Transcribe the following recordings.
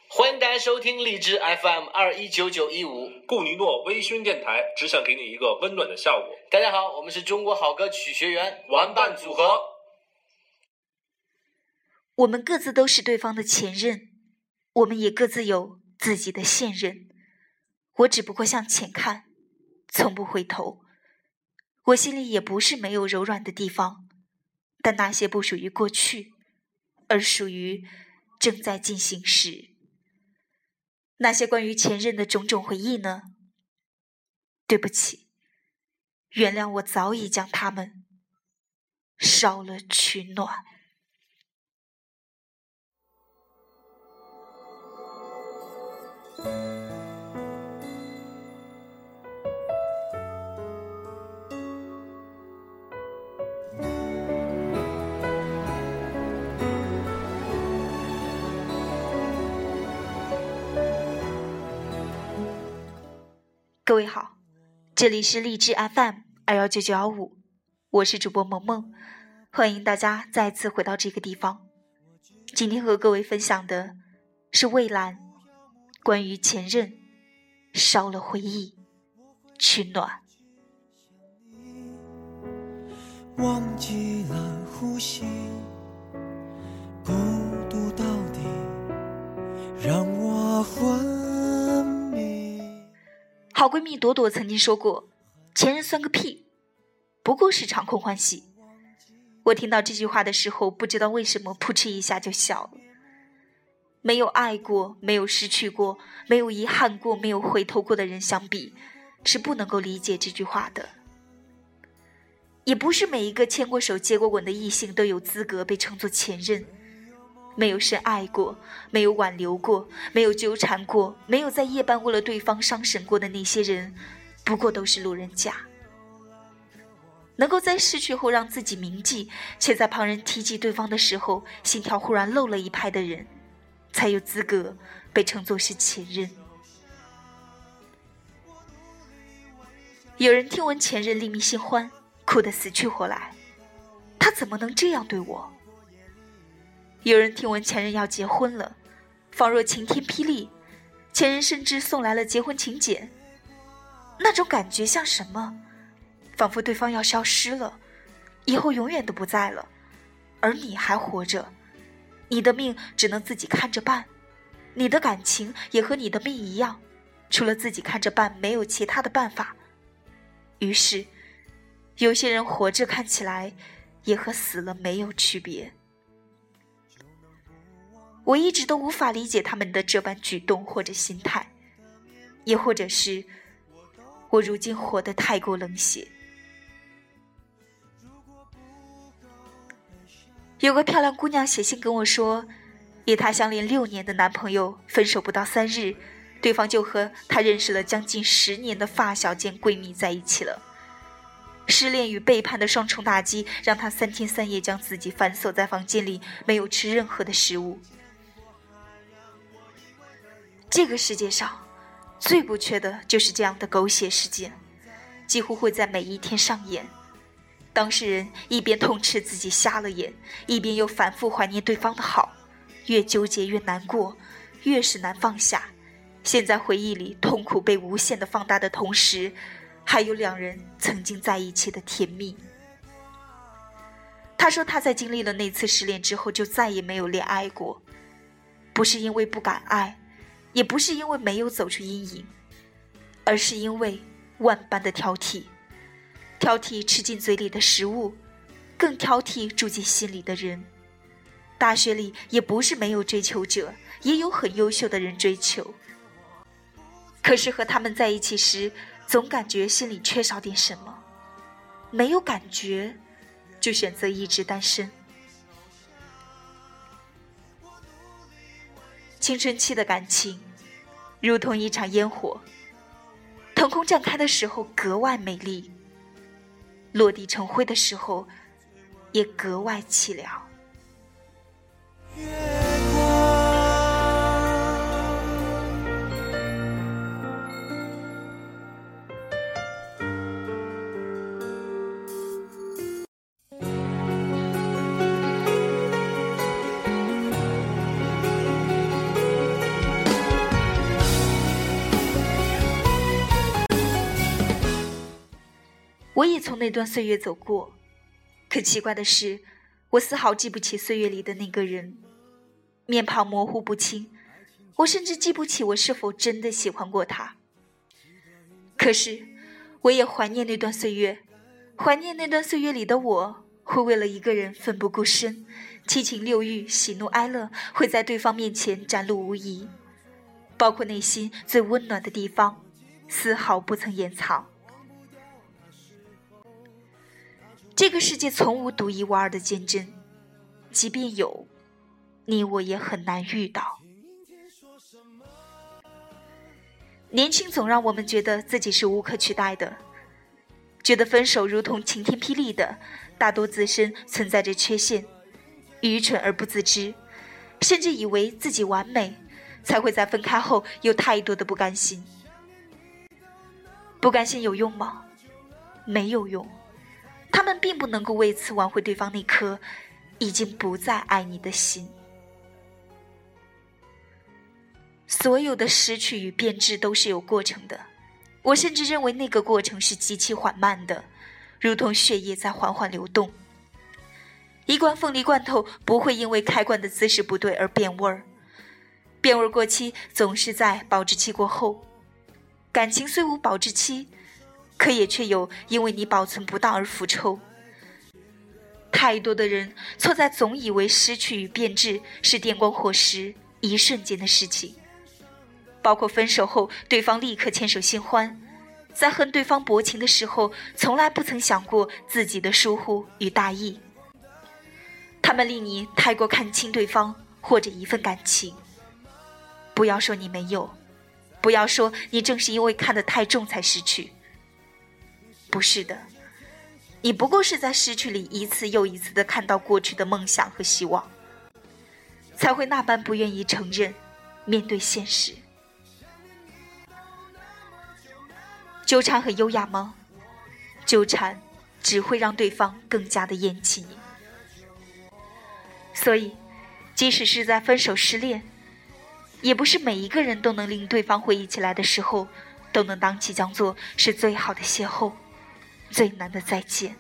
欢迎大家收听荔枝 FM219915 顾尼诺微醺电台，只想给你一个温暖的下午。 大家好，我们是中国好歌曲学员玩伴组合。 我们各自都是对方的前任，我们也各自有自己的现任。我只不过向前看，从不回头。我心里也不是没有柔软的地方，但那些不属于过去，而属于正在进行时。那些关于前任的种种回忆呢？对不起，原谅我早已将它们烧了取暖。各位好，这里是荔枝 FM219915，我是主播萌萌，欢迎大家再次回到这个地方。今天和各位分享的是蔚蓝关于前任烧了回忆取暖。 忘记了呼吸，孤独到底让我昏迷。 好闺蜜朵朵曾经说过，前任算个屁，不过是场空欢喜。我听到这句话的时候，不知道为什么扑哧一下就笑了。没有爱过，没有失去过，没有遗憾过，没有回头过的人相比，是不能够理解这句话的。也不是每一个牵过手接过吻的异性都有资格被称作前任。没有深爱过，没有挽留过，没有纠缠过，没有在夜半为了对方伤神过的那些人，不过都是路人甲。能够在失去后让自己铭记，且在旁人提及对方的时候心跳忽然漏了一拍的人，才有资格被称作是前任。有人听闻前任另觅新欢，哭得死去活来，他怎么能这样对我？有人听闻前任要结婚了，仿若晴天霹雳，前任甚至送来了结婚请柬。那种感觉像什么？仿佛对方要消失了，以后永远都不在了，而你还活着，你的命只能自己看着办，你的感情也和你的命一样，除了自己看着办，没有其他的办法。于是有些人活着看起来也和死了没有区别。我一直都无法理解他们的这般举动或者心态，也或者是我如今活得太过冷血。有个漂亮姑娘写信跟我说，与她相恋6年的男朋友分手不到3日，对方就和她认识了将近10年的发小兼闺蜜在一起了。失恋与背叛的双重打击让她3天3夜将自己反锁在房间里，没有吃任何的食物。这个世界上最不缺的就是这样的狗血事件，几乎会在每一天上演。当事人一边痛斥自己瞎了眼，一边又反复怀念对方的好，越纠结越难过，越是难放下。现在回忆里痛苦被无限的放大的同时，还有2人曾经在一起的甜蜜。他说他在经历了那次失恋之后就再也没有恋爱过，不是因为不敢爱，也不是因为没有走出阴影，而是因为万般的挑剔。挑剔吃进嘴里的食物，更挑剔住进心里的人。大学里也不是没有追求者，也有很优秀的人追求，可是和他们在一起时，总感觉心里缺少点什么。没有感觉，就选择一直单身。青春期的感情如同一场烟火，腾空绽开的时候格外美丽，落地成灰的时候也格外凄凉。 我也从那段岁月走过，可奇怪的是，我丝毫记不起岁月里的那个人，面庞模糊不清，我甚至记不起我是否真的喜欢过他。可是我也怀念那段岁月，怀念那段岁月里的我，会为了一个人奋不顾身，七情六欲，喜怒哀乐会在对方面前展露无遗，包括内心最温暖的地方，丝毫不曾掩藏。这个世界从无独一无二的坚贞，即便有，你我也很难遇到。年轻总让我们觉得自己是无可取代的，觉得分手如同晴天霹雳的，大多自身存在着缺陷，愚蠢而不自知，甚至以为自己完美，才会在分开后有太多的不甘心。不甘心有用吗？没有用，他们并不能够为此挽回对方那颗已经不再爱你的心。所有的失去与变质都是有过程的，我甚至认为那个过程是极其缓慢的，如同血液在缓缓流动。一罐凤梨罐头不会因为开罐的姿势不对而变味儿，变味过期总是在保质期过后。感情虽无保质期，可也却有因为你保存不当而腐臭。太多的人错在总以为失去与变质是电光火石一瞬间的事情，包括分手后对方立刻牵手新欢，在恨对方薄情的时候，从来不曾想过自己的疏忽与大意。他们令你太过看清对方或者一份感情。不要说你没有，不要说你正是因为看得太重才失去。不是的，你不过是在失去里一次又一次地看到过去的梦想和希望，才会那般不愿意承认，面对现实。纠缠很优雅吗？纠缠只会让对方更加的厌弃你。所以即使是在分手失恋，也不是每一个人都能令对方回忆起来的时候都能当其将做是最好的邂逅，最难的再见。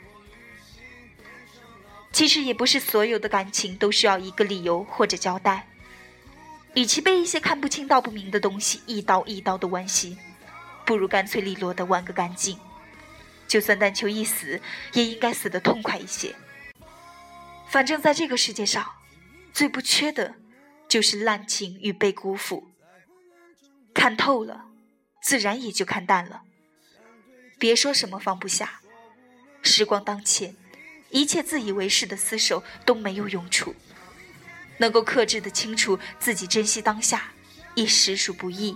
其实也不是所有的感情都需要一个理由或者交代，与其被一些看不清道不明的东西一刀一刀的剜吸，不如干脆利落的剜个干净。就算但求一死，也应该死得痛快一些。反正在这个世界上，最不缺的就是滥情与被辜负。看透了，自然也就看淡了。别说什么放不下，时光当前，一切自以为是的厮守都没有用处。能够克制的清楚自己珍惜当下，亦实属不易。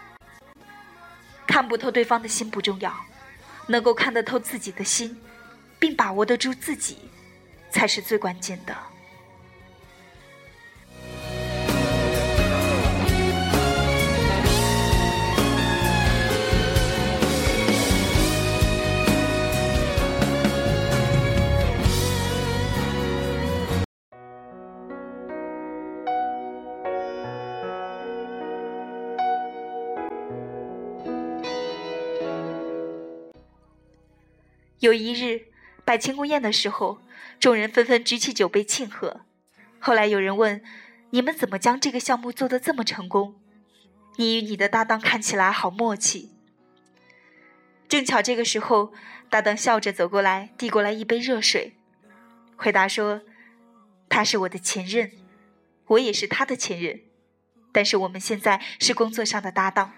看不透对方的心不重要，能够看得透自己的心，并把握得住自己，才是最关键的。有一日摆庆功宴的时候，众人纷纷举起酒杯庆贺。后来有人问，你们怎么将这个项目做得这么成功？你与你的搭档看起来好默契。正巧这个时候，搭档笑着走过来，递过来一杯热水，回答说，他是我的前任，我也是他的前任，但是我们现在是工作上的搭档。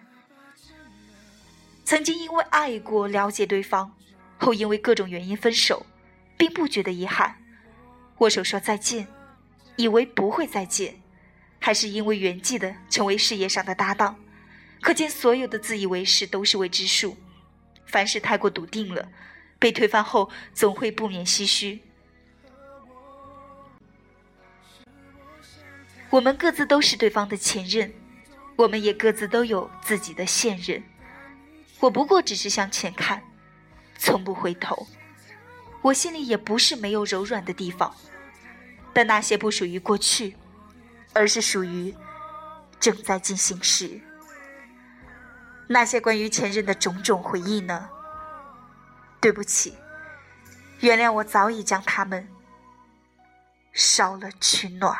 曾经因为爱过，了解对方，后因为各种原因分手，并不觉得遗憾，握手说再见，以为不会再见，还是因为缘际的成为事业上的搭档。可见所有的自以为是都是未知数，凡事太过笃定了，被推翻后总会不免唏嘘。我们各自都是对方的前任，我们也各自都有自己的现任。我不过只是向前看，从不回头。我心里也不是没有柔软的地方，但那些不属于过去，而是属于正在进行时。那些关于前任的种种回忆呢？ 对不起，原谅我早已将它们烧了取暖。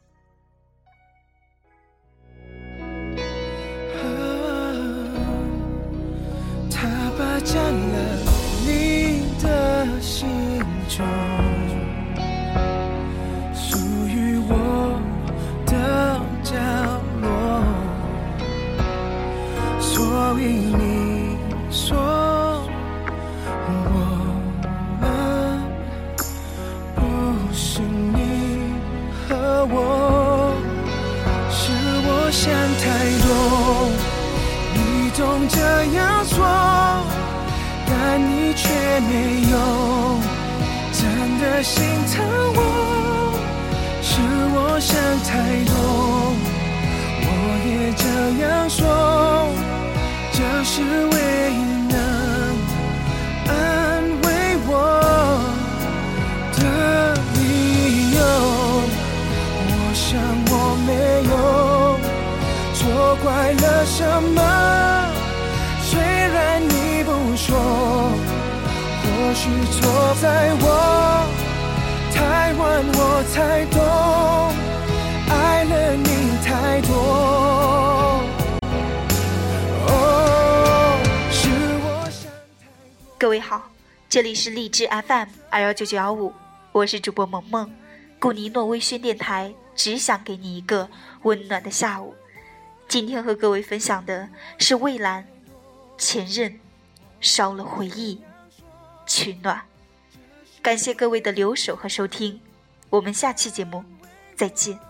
它霸占了你的心中，属于我的角落，所以你说我们不是你和我，是我想太多，你总这样说，但你却没有真的心疼我，是我想太多，我也这样说，这是唯一能安慰我的理由。我想我没有错怪了什么，虽然你不说，或许错在我太晚，我才懂爱了你太多。是我想各位好，这里是荔枝 FM 21995，我是主播萌萌，古尼诺微醺电台，只想给你一个温暖的下午。今天和各位分享的是蔚蓝前任烧了回忆取暖。感谢各位的留守和收听，我们下期节目再见。